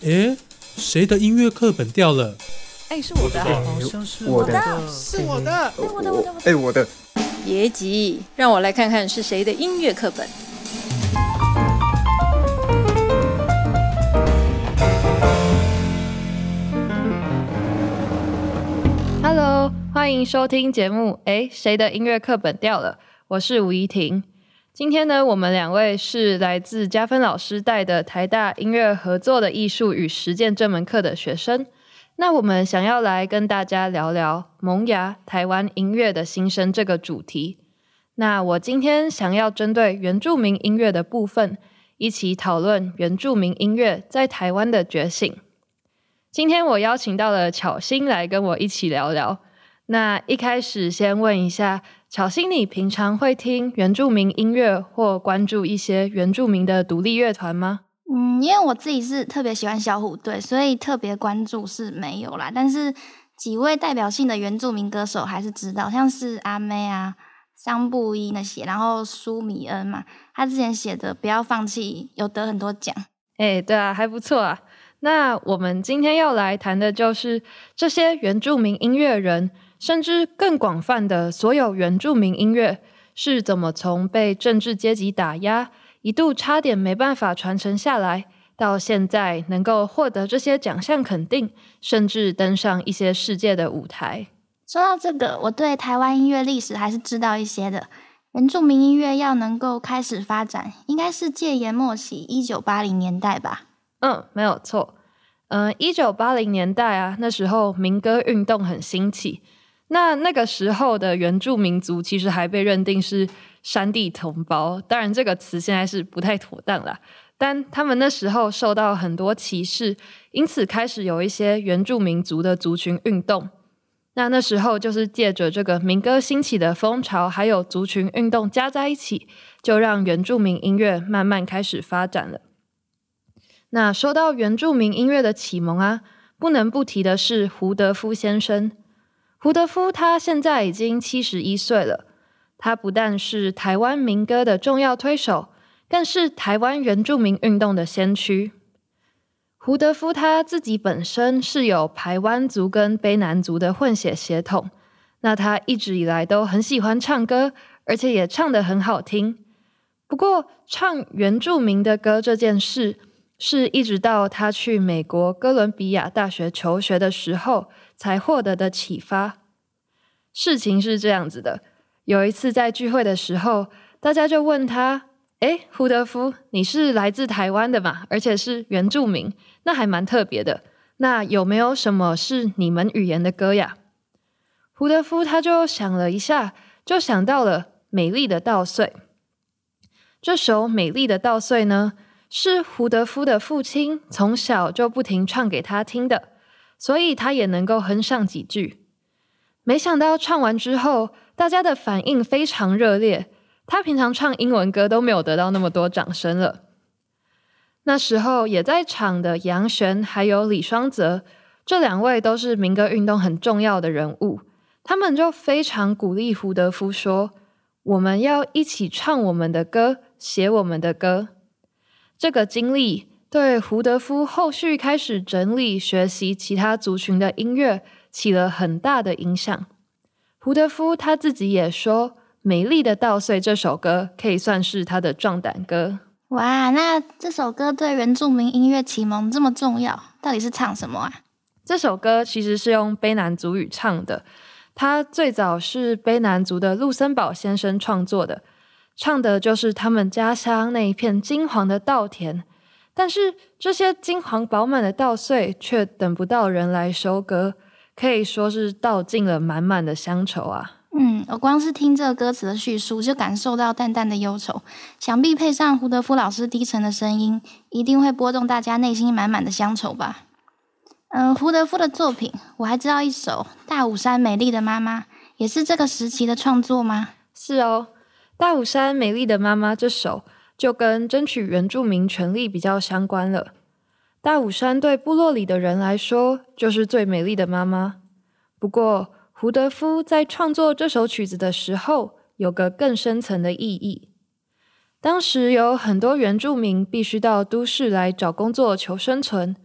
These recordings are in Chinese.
诶，谁的音乐课本掉了？ 是我的好像是我的是我的。 我的。 别急，让我来看看是谁的音乐课本。Hello， 欢迎收听节目。谁的音乐课本掉了？我是吴怡婷。今天呢，我们两位是来自嘉芬老师带的台大音乐合作的艺术与实践这门课的学生。那我们想要来跟大家聊聊萌芽台湾音乐的新生这个主题。那我今天想要针对原住民音乐的部分，一起讨论原住民音乐在台湾的觉醒。今天我邀请到了巧芯来跟我一起聊聊。那一开始先问一下，巧芯，你平常会听原住民音乐或关注一些原住民的独立乐团吗？ 因为我自己是特别喜欢小虎队，所以特别关注是没有啦。但是几位代表性的原住民歌手还是知道，像是阿妹啊、桑布伊那些，然后舒米恩嘛，他之前写的《不要放弃》有得很多奖。 对啊，还不错啊。那我们今天要来谈的就是这些原住民音乐人，甚至更广泛的所有原住民音乐是怎么从被政治阶级打压，一度差点没办法传承下来，到现在能够获得这些奖项肯定，甚至登上一些世界的舞台。 说到这个，我对台湾音乐历史还是知道一些的。原住民音乐要能够开始发展，应该是戒严末期1980年代吧。 没有错。1980年代啊，那时候民歌运动很兴起。那个时候的原住民族其实还被认定是山地同胞，当然这个词现在是不太妥当啦，但他们那时候受到很多歧视，因此开始有一些原住民族的族群运动。那时候就是借着这个民歌兴起的风潮，还有族群运动加在一起，就让原住民音乐慢慢开始发展了。那说到原住民音乐的启蒙啊，不能不提的是胡德夫先生。胡德夫他现在已经71岁了，他不但是台湾民歌的重要推手，更是台湾原住民运动的先驱。胡德夫他自己本身是有排湾族跟卑南族的混血血统，那他一直以来都很喜欢唱歌，而且也唱得很好听。不过唱原住民的歌这件事，是一直到他去美国哥伦比亚大学求学的时候才获得的启发。事情是这样子的，有一次在聚会的时候，大家就问他，胡德夫，你是来自台湾的嘛，而且是原住民，那还蛮特别的，那有没有什么是你们语言的歌呀？胡德夫他就想了一下，就想到了《美丽的稻穗》。这首《美丽的稻穗》呢，是胡德夫的父亲从小就不停唱给他听的，所以他也能够哼上几句。没想到唱完之后，大家的反应非常热烈，他平常唱英文歌都没有得到那么多掌声了。那时候也在场的杨璇还有李双泽，这两位都是民歌运动很重要的人物，他们就非常鼓励胡德夫说，我们要一起唱我们的歌，写我们的歌。这个经历对胡德夫后续开始整理学习其他族群的音乐起了很大的影响。胡德夫他自己也说，《美丽的稻穗》这首歌可以算是他的壮胆歌。 哇，那这首歌对原住民音乐启蒙这么重要，到底是唱什么啊？ 这首歌其实是用卑南族语唱的，它最早是卑南族的陆森堡先生创作的，唱的就是他们家乡那一片金黄的稻田，但是这些金黄饱满的稻穗却等不到人来收割，可以说是道尽了满满的乡愁啊。 我光是听这个歌词的叙述，就感受到淡淡的忧愁，想必配上胡德夫老师低沉的声音，一定会拨动大家内心满满的乡愁吧。胡德夫的作品，我还知道一首《大武山美丽的妈妈》，也是这个时期的创作吗？ 是哦，《大武山美丽的妈妈》这首就跟争取原住民权利比较相关了。大武山对部落里的人来说，就是最美丽的妈妈。不过胡德夫在创作这首曲子的时候，有个更深层的意义。当时有很多原住民必须到都市来找工作求生存，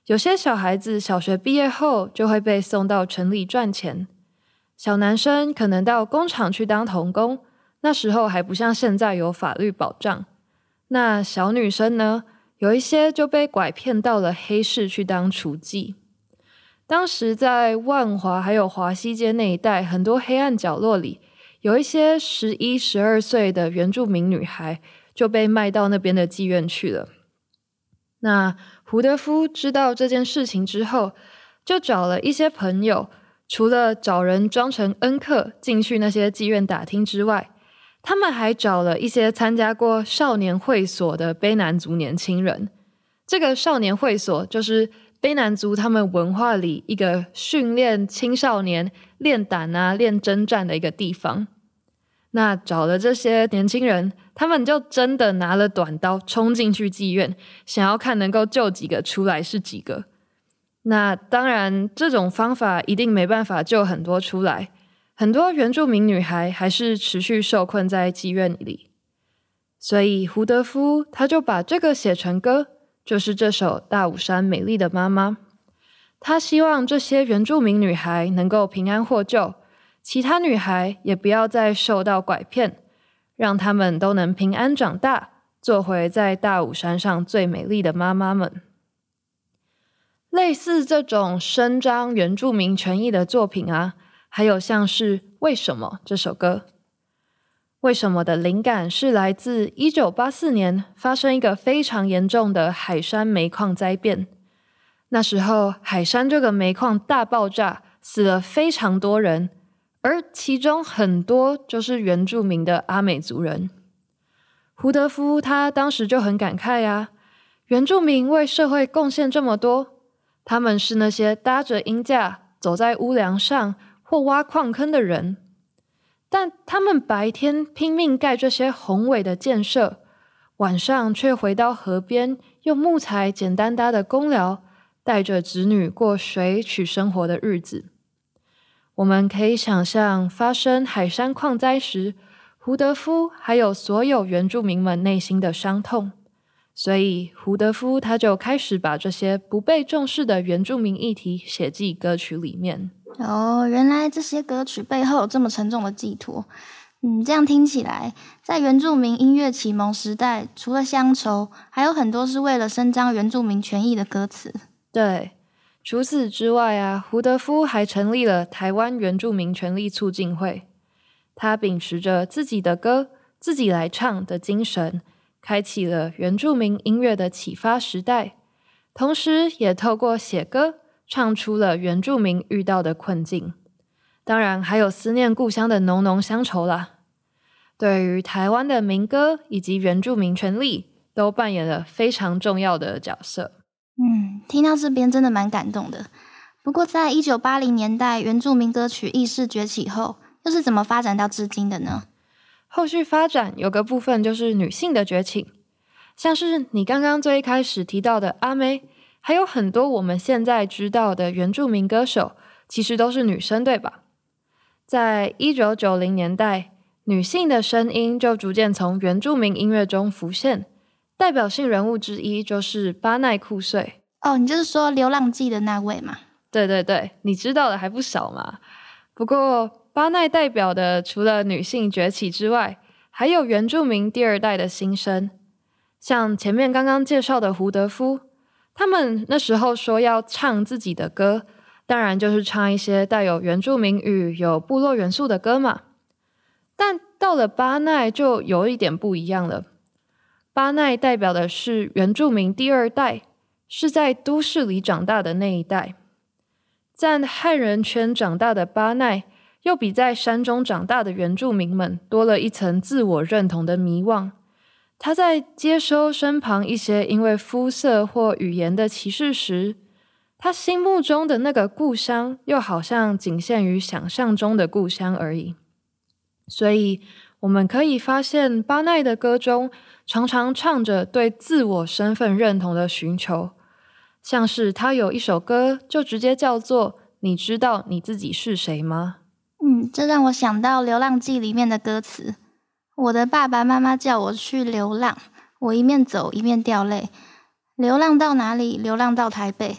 有些小孩子小学毕业后就会被送到城里赚钱，小男生可能到工厂去当童工，那时候还不像现在有法律保障。那小女生呢，有一些就被拐骗到了黑市去当雏妓。当时在万华还有华西街那一带，很多黑暗角落里，有一些11、12岁的原住民女孩就被卖到那边的妓院去了。那胡德夫知道这件事情之后，就找了一些朋友，除了找人装成恩客进去那些妓院打听之外，他们还找了一些参加过少年会所的卑南族年轻人。这个少年会所就是卑南族他们文化里一个训练青少年练胆啊、练征战的一个地方。那找了这些年轻人，他们就真的拿了短刀冲进去妓院，想要看能够救几个出来是几个。那当然，这种方法一定没办法救很多出来，很多原住民女孩还是持续受困在妓院里。所以胡德夫他就把这个写成歌，就是这首《大武山美丽的妈妈》。他希望这些原住民女孩能够平安获救，其他女孩也不要再受到拐骗，让她们都能平安长大，做回在大武山上最美丽的妈妈们。类似这种伸张原住民权益的作品啊，还有像是《为什么》这首歌。为什么的灵感是来自1984年发生一个非常严重的海山煤矿灾变。那时候海山这个煤矿大爆炸，死了非常多人，而其中很多就是原住民的阿美族人。胡德夫他当时就很感慨啊，原住民为社会贡献这么多，他们是那些搭着鹰架走在屋梁上或挖矿坑的人，但他们白天拼命盖这些宏伟的建设，晚上却回到河边用木材简单搭的工寮，带着子女过水取生活的日子。我们可以想象发生海山矿灾时，胡德夫还有所有原住民们内心的伤痛。所以胡德夫他就开始把这些不被重视的原住民议题写进歌曲里面。 哦，原来这些歌曲背后有这么沉重的寄托。这样听起来，在原住民音乐启蒙时代，除了乡愁，还有很多是为了伸张原住民权益的歌词。 对，除此之外啊，胡德夫还成立了台湾原住民权利促进会。他秉持着自己的歌自己来唱的精神，开启了原住民音乐的启发时代，同时也透过写歌唱出了原住民遇到的困境，当然还有思念故乡的浓浓乡愁啦。对于台湾的民歌以及原住民权利都扮演了非常重要的角色。 听到这边真的蛮感动的。不过在1980年代原住民歌曲意识崛起后，又是怎么发展到至今的呢？ 后续发展有个部分就是女性的崛起，像是你刚刚最一开始提到的阿妹，还有很多我们现在知道的原住民歌手，其实都是女生，对吧？在1990年代，女性的声音就逐渐从原住民音乐中浮现，代表性人物之一就是巴奈库穗。 哦，你就是说《流浪记》的那位嘛？ 对对对，你知道的还不少嘛。不过巴奈代表的除了女性崛起之外，还有原住民第二代的新生。像前面刚刚介绍的胡德夫，他们那时候说要唱自己的歌，当然就是唱一些带有原住民语、有部落元素的歌嘛。但到了巴奈就有一点不一样了。巴奈代表的是原住民第二代，是在都市里长大的那一代。在汉人圈长大的巴奈，又比在山中长大的原住民们多了一层自我认同的迷惘。他在接收身旁一些因为肤色或语言的歧视时，他心目中的那个故乡又好像仅限于想象中的故乡而已。所以我们可以发现巴奈的歌中常常唱着对自我身份认同的寻求，像是他有一首歌就直接叫做你知道你自己是谁吗？ 这让我想到《流浪记》里面的歌词，我的爸爸妈妈叫我去流浪，我一面走一面掉泪，流浪到哪里？流浪到台北，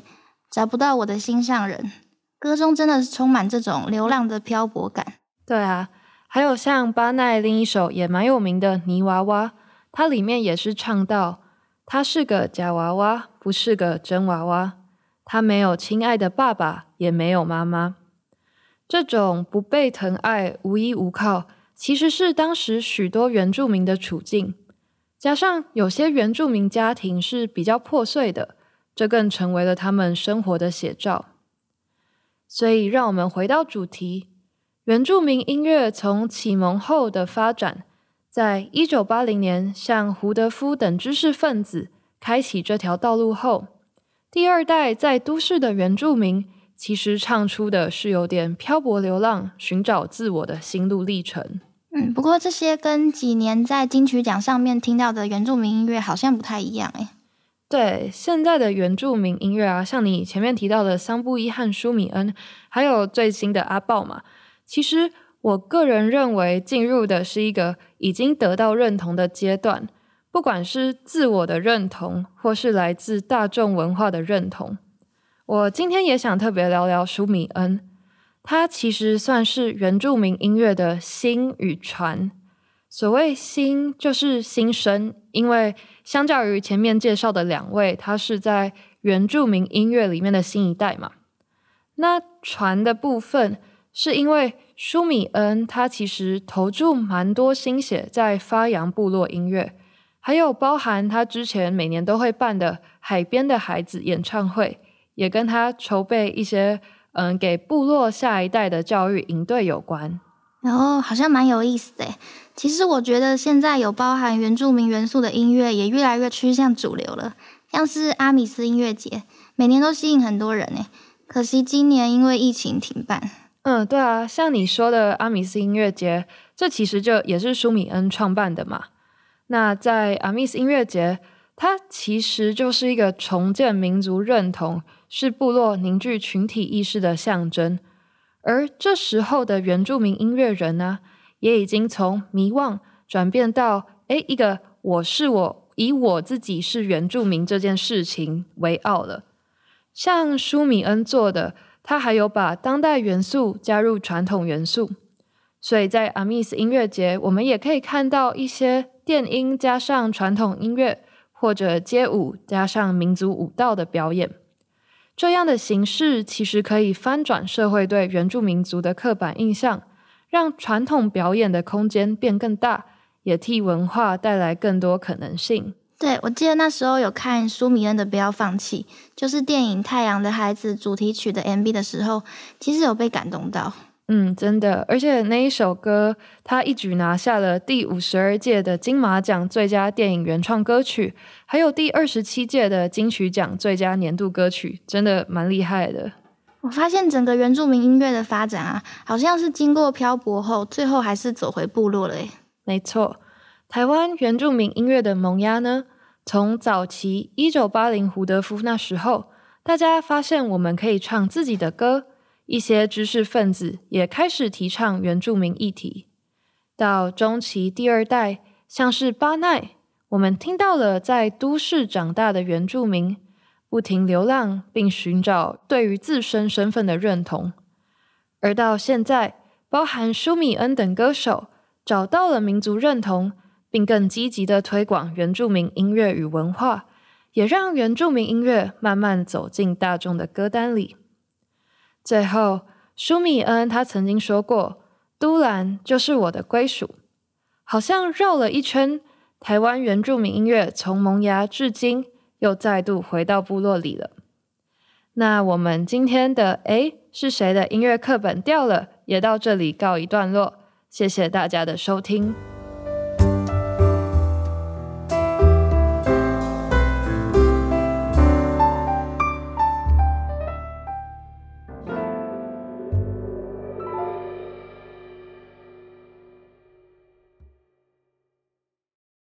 找不到我的心上人。歌中真的是充满这种流浪的漂泊感。 对啊，还有像巴奈另一首也蛮有名的《泥娃娃》，它里面也是唱到，他是个假娃娃，不是个真娃娃，他没有亲爱的爸爸，也没有妈妈。这种不被疼爱、无依无靠，其实是当时许多原住民的处境。加上有些原住民家庭是比较破碎的，这更成为了他们生活的写照。所以让我们回到主题，原住民音乐从启蒙后的发展，在1980年向胡德夫等知识分子开启这条道路后，第二代在都市的原住民其实唱出的是有点漂泊流浪、寻找自我的心路历程。 不过这些跟几年在金曲奖上面听到的原住民音乐好像不太一样诶。 对，现在的原住民音乐啊，像你前面提到的桑布伊和舒米恩，还有最新的阿豹嘛，其实我个人认为进入的是一个已经得到认同的阶段，不管是自我的认同，或是来自大众文化的认同。我今天也想特别聊聊舒米恩，他其实算是原住民音乐的心与传。所谓新就是新生，因为相较于前面介绍的两位，他是在原住民音乐里面的新一代嘛。那传的部分是因为舒米恩他其实投注蛮多心血在发扬部落音乐，还有包含他之前每年都会办的海边的孩子演唱会，也跟他筹备一些给部落下一代的教育营队有关。 好像蛮有意思的。其实我觉得现在有包含原住民元素的音乐也越来越趋向主流了，像是阿米斯音乐节，每年都吸引很多人耶，可惜今年因为疫情停办。 对啊，像你说的阿米斯音乐节，这其实就也是舒米恩创办的嘛。那在阿米斯音乐节，它其实就是一个重建民族认同，是部落凝聚群体意识的象征。而这时候的原住民音乐人呢，也已经从迷惘转变到一个我是我，以我自己是原住民这件事情为傲了。像舒米恩做的，他还有把当代元素加入传统元素，所以在阿密斯音乐节，我们也可以看到一些电音加上传统音乐，或者街舞加上民族舞蹈的表演。这样的形式其实可以翻转社会对原住民族的刻板印象，让传统表演的空间变更大，也替文化带来更多可能性。 对，我记得那时候有看舒米恩的《不要放弃》，就是电影《太阳的孩子》主题曲的 MV 的时候，其实有被感动到。 真的，而且那一首歌，他一举拿下了第52届的金马奖最佳电影原创歌曲，还有第27届的金曲奖最佳年度歌曲，真的蛮厉害的。 我发现整个原住民音乐的发展啊，好像是经过漂泊后，最后还是走回部落了耶。 没错，台湾原住民音乐的萌芽呢，从早期1980胡德夫那时候，大家发现我们可以唱自己的歌，一些知识分子也开始提倡原住民议题。到中期第二代，像是巴奈，我们听到了在都市长大的原住民不停流浪，并寻找对于自身身份的认同。而到现在，包含舒米恩等歌手找到了民族认同，并更积极地推广原住民音乐与文化，也让原住民音乐慢慢走进大众的歌单里。最后，舒米恩他曾经说过，都兰就是我的归属，好像绕了一圈，台湾原住民音乐从萌芽至今又再度回到部落里了。那我们今天的是谁的音乐课本掉了，也到这里告一段落，谢谢大家的收听。